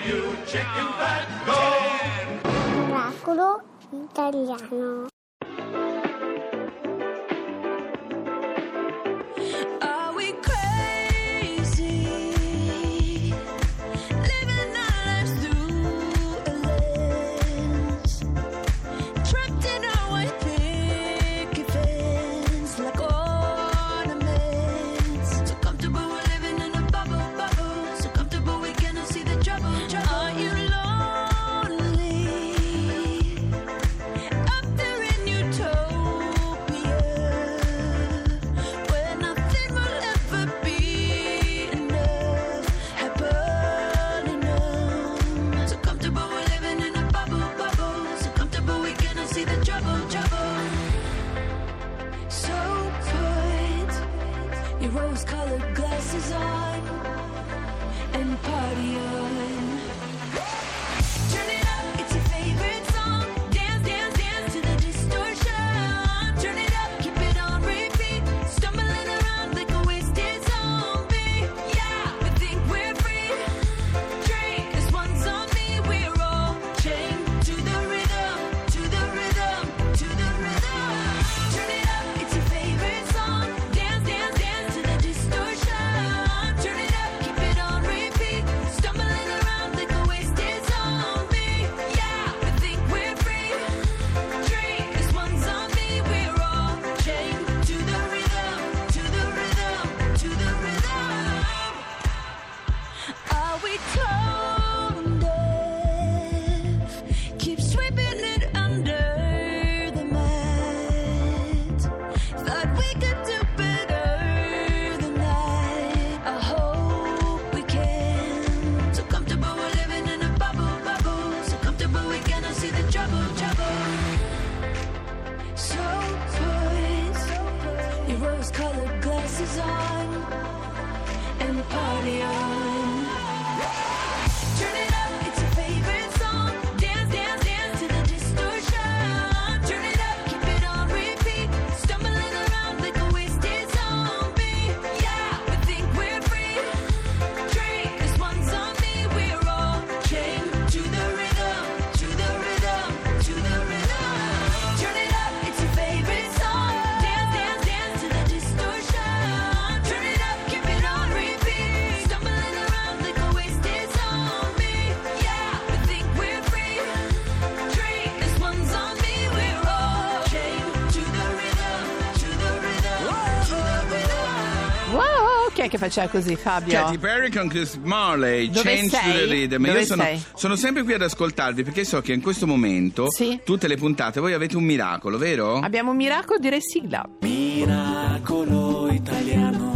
you chicken fat, go! Miracolo italiano. Rose-colored glasses on and party on. Turn it up, it's your favorite song. Dance, dance, dance to the distortion. Turn it up, keep it on repeat. Stumbling around like a wasted zombie. Yeah, we think we're free. Drink, this one's on me. We're all chained to the rhythm, to the rhythm, to the rhythm. Turn it up, it's your favorite song. Dance, dance, dance to the distortion. Turn it up, keep it on repeat. Stumbling around like a wasted zombie. Yeah, we think we're free. Drink, this one's on me. We're all chained to the rhythm, to the rhythm, to the rhythm. Are we tone deaf? Keep sweeping it under the mat. Thought we could do better than that. I hope we can. So comfortable we're living in a bubble, bubble. So comfortable we cannot see the trouble, trouble. So put your rose-colored glasses on and party on. Turn it up, it's your favorite song. Dance, dance, dance to the distortion. Turn it up, keep it on repeat. Stumbling around like a wasted zombie. Yeah, we think we're free. Drink, this one's on me. We're all chained to the rhythm, to the rhythm, to the rhythm. Turn it up, it's your favorite song. Dance, dance, dance to the distortion. Turn it up, keep it on repeat. Stumbling around like a wasted zombie. Yeah, we think we're free. Drink, this one's on me. We're all chained to the rhythm, to the rhythm, to the rhythm. Wow, chi è che faceva così, Fabio? Katy Perry con Chris Marley, Dove Change to sei? the Rhythm. Dove Io sei? sono sempre qui ad ascoltarvi perché so che in questo momento, Sì. tutte le puntate, voi avete un miracolo, vero? Abbiamo un miracolo, direi sigla. Miracolo italiano.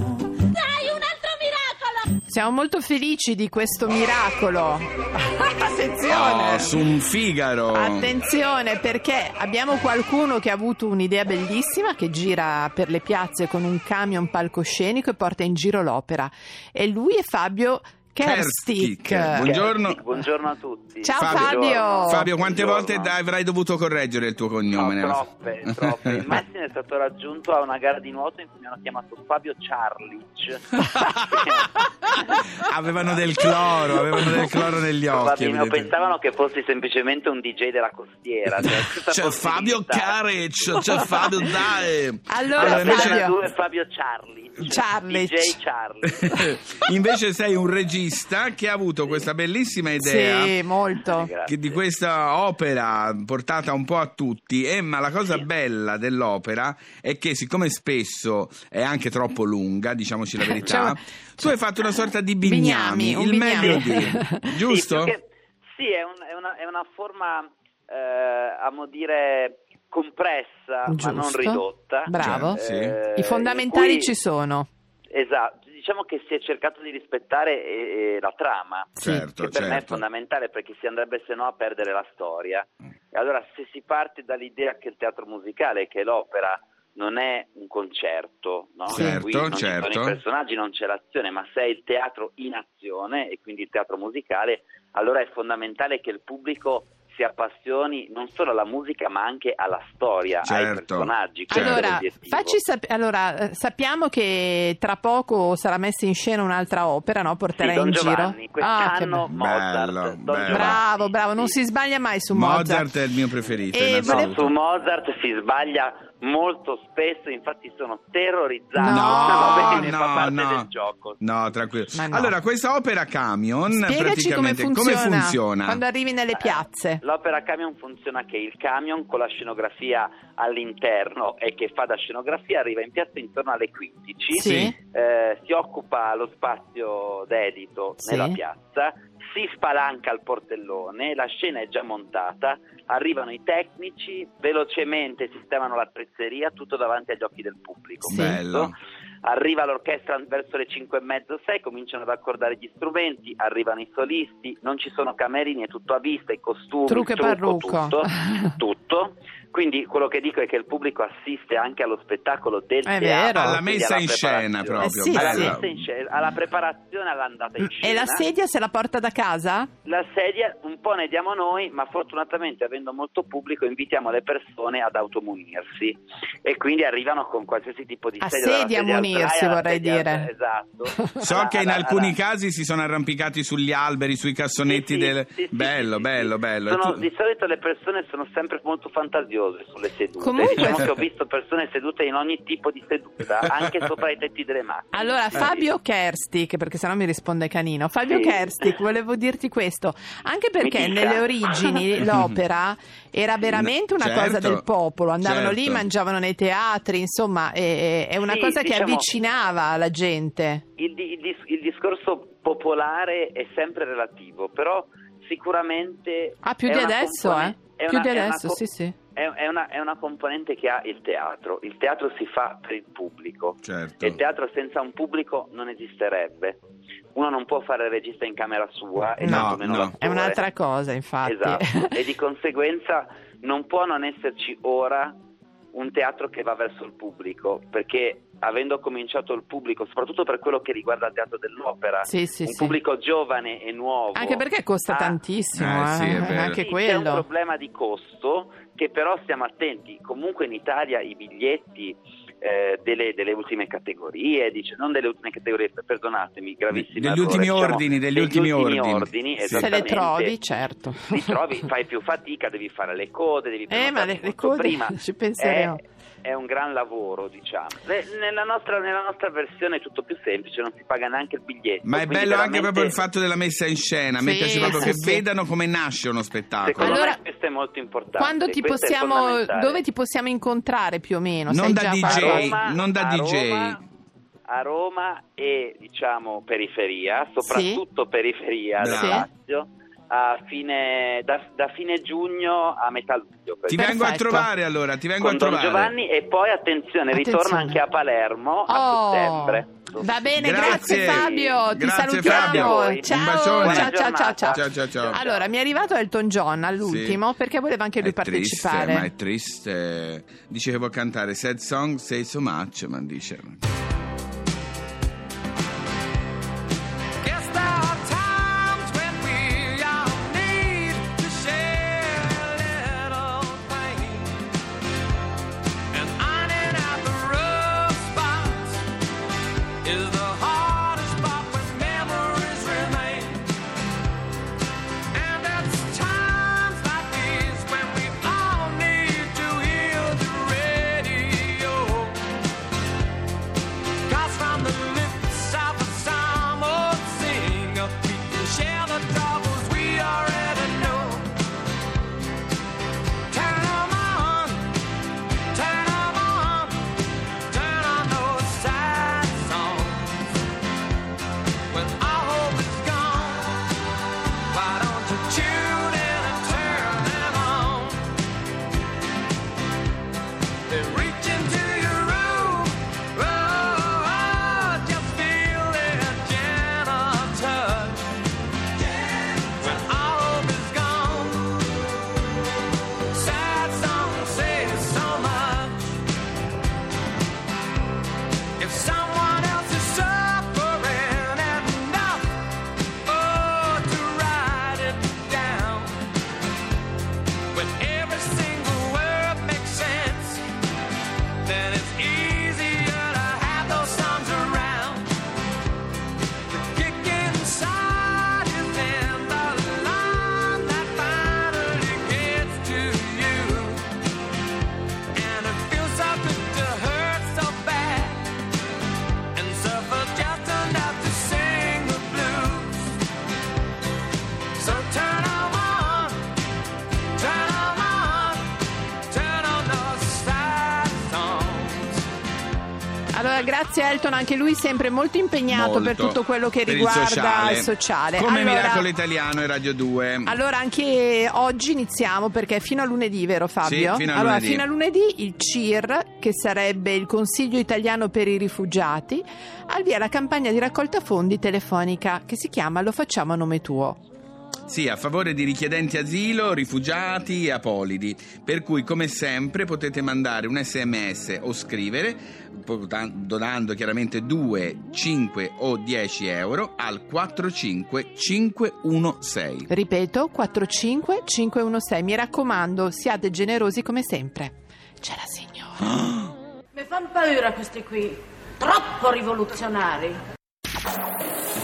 Siamo molto felici di questo miracolo. Attenzione! Oh, su un Figaro. Attenzione, perché abbiamo qualcuno che ha avuto un'idea bellissima, che gira per le piazze con un camion palcoscenico e porta in giro l'opera. E lui è Fabio Kerstik. Buongiorno. Buongiorno a tutti. Ciao Fabio. Fabio, quante Buongiorno. volte avrai dovuto correggere il tuo cognome? No, troppe. Il massimo è stato raggiunto a una gara di nuoto in cui mi hanno chiamato Fabio Charlich. Avevano del cloro negli occhi. Probabilmente pensavano che fossi semplicemente un DJ della costiera. C'è Fabio Caric, c'è Fabio dai. Allora, invece- Fabio. Tu e Fabio Charlich. DJ Charlich. Invece sei un regista che ha avuto questa bellissima idea. Sì, molto. Grazie. Di questa opera portata un po' a tutti, ma la cosa bella dell'opera è che siccome spesso è anche troppo lunga, diciamoci la verità, tu hai fatto una sorta di bignami, un il bignami. meglio di, giusto? Sì, è una forma, amo dire, compressa, Giusto. ma non ridotta. Bravo. Sì. I fondamentali in cui- ci sono. Esatto, diciamo che si è cercato di rispettare la trama, Certo, che per me è certo. fondamentale perché si andrebbe se no a perdere la storia. E allora se si parte dall'idea che il teatro musicale, che l'opera non è un concerto, no? Certo, Qui non ci certo. sono i personaggi, non c'è l'azione, ma se è il teatro in azione e quindi il teatro musicale, allora è fondamentale che il pubblico si appassioni non solo alla musica ma anche alla storia, ai Certo. personaggi. Questo è Allora, l'obiettivo. sappiamo che tra poco sarà messa in scena un'altra opera, no? Porterà Sì, Don in Giovanni, giro. quest'anno che Mozart. bello, Don bello. Giovanni. bravo, non Sì. si sbaglia mai su Mozart è il mio preferito. E in No, assoluto. su Mozart si sbaglia molto spesso, infatti sono terrorizzato. No, Va bene, fa parte no. del gioco. No, tranquillo. Ma no. Allora, questa opera Camion, Spiegaci come praticamente funziona quando arrivi nelle piazze. L'opera Camion funziona che il camion con la scenografia all'interno e che fa da scenografia arriva in piazza intorno alle 15, Sì. si occupa lo spazio dedito Sì. nella piazza, si spalanca il portellone, la scena è già montata, arrivano i tecnici, velocemente sistemano l'attrezzeria, tutto davanti agli occhi del pubblico. Sì. Bello. Arriva l'orchestra verso le 5:30, 6, cominciano ad accordare gli strumenti, arrivano i solisti, non ci sono camerini, è tutto a vista, i costumi, Trucco e il trucco, parrucco. tutto. Quindi quello che dico è che il pubblico assiste anche allo spettacolo del È teatro, vero. Alla quindi messa alla in scena preparazione. proprio. sì, Alla sì. messa in scena, alla preparazione, all'andata in scena. E la sedia se la porta da casa? La sedia un po' ne diamo noi, ma fortunatamente avendo molto pubblico invitiamo le persone ad automunirsi e quindi arrivano con qualsiasi tipo di A sedia. dalla sedia munirsi, alzaia alla vorrei sedia dire. alzaia, esatto. So che in alcuni casi si sono arrampicati sugli alberi, sui cassonetti del... Bello. Di solito le persone sono sempre molto fantasiose sulle sedute. Comunque- Diciamo che ho visto persone sedute in ogni tipo di seduta, anche sopra i tetti delle macchine. Allora, Fabio Kerstik, perché sennò mi risponde Canino. Fabio Sì. Kerstik, volevo dirti questo, anche perché Mi dica. nelle origini l'opera era veramente una Certo, cosa del popolo, andavano lì, certo. mangiavano nei teatri, insomma, è una Sì, cosa che diciamo- avvicinava la gente. Il discorso popolare è sempre relativo, però sicuramente Più è di una adesso, componente- è Più una- di è una adesso, co- sì. È una componente che ha il teatro. Il teatro si fa per il pubblico. Certo. E il teatro senza un pubblico non esisterebbe. Uno non può fare il regista in camera sua e No, tantomeno no. l'attore. È un'altra cosa, infatti. Esatto. E di conseguenza non può non esserci ora un teatro che va verso il pubblico, perché avendo cominciato il pubblico, soprattutto per quello che riguarda il teatro dell'opera, Sì, sì, un sì. pubblico giovane e nuovo. Anche perché costa tantissimo, sì, è vero. anche Sì, c'è un quello. problema di costo che però stiamo attenti. Comunque in Italia i biglietti delle ultime categorie, non delle ultime categorie, perdonatemi, gravissimo Degli errore, ultimi diciamo, ordini, degli ultimi ordini. Sì. Se le esattamente. trovi, certo. Li trovi, fai più fatica, devi fare le code, devi ma prenotarti le molto code prima. ci penseremo. È un gran lavoro, diciamo. Nella nostra versione è tutto più semplice, non si paga neanche il biglietto. Ma è quindi bello anche veramente, proprio il fatto della messa in scena, Sì, metterci proprio sì, che sì. vedano come nasce uno spettacolo. Secondo Allora, me questo è molto importante. Quando questo è fondamentale. dove ti possiamo incontrare più o meno? Non Sai da già DJ, qualcosa? non da DJ. A Roma e diciamo periferia, soprattutto periferia del Bravo. Lazio, da fine giugno a metà luglio. Ti questo. vengo a Perfetto. trovare allora, ti vengo Con a Don trovare. Giovanni e poi attenzione, ritorna anche a Palermo a settembre. Va bene, Grazie. grazie Fabio, ti Grazie, salutiamo. Fabio. Ciao, Un bacione. ciao. Allora, mi è arrivato Elton John all'ultimo Sì. perché voleva anche lui È triste, partecipare. ma è triste. Dice che vuol cantare Sad Song, Say So Much, ma dice... Guess there are times when we all need to share a little pain, and ironing out the rough spots is the hardest part when memories remain. And it's times like these when we all need to hear the radio. grazie Elton, anche lui sempre molto impegnato per tutto quello che per riguarda il sociale. Come Allora, Miracolo Italiano e Radio 2. Allora anche oggi iniziamo, perché fino a lunedì, vero Fabio? Sì, fino a lunedì. Il CIR, che sarebbe il Consiglio Italiano per i Rifugiati, avvia la campagna di raccolta fondi telefonica che si chiama Lo facciamo a nome tuo. Sì, a favore di richiedenti asilo, rifugiati e apolidi. Per cui, come sempre, potete mandare un SMS o scrivere, donando chiaramente 2, 5 o 10 euro al 45516. Ripeto, 45516. Mi raccomando, siate generosi come sempre. C'è la signora. Mi fanno paura questi qui, troppo rivoluzionari.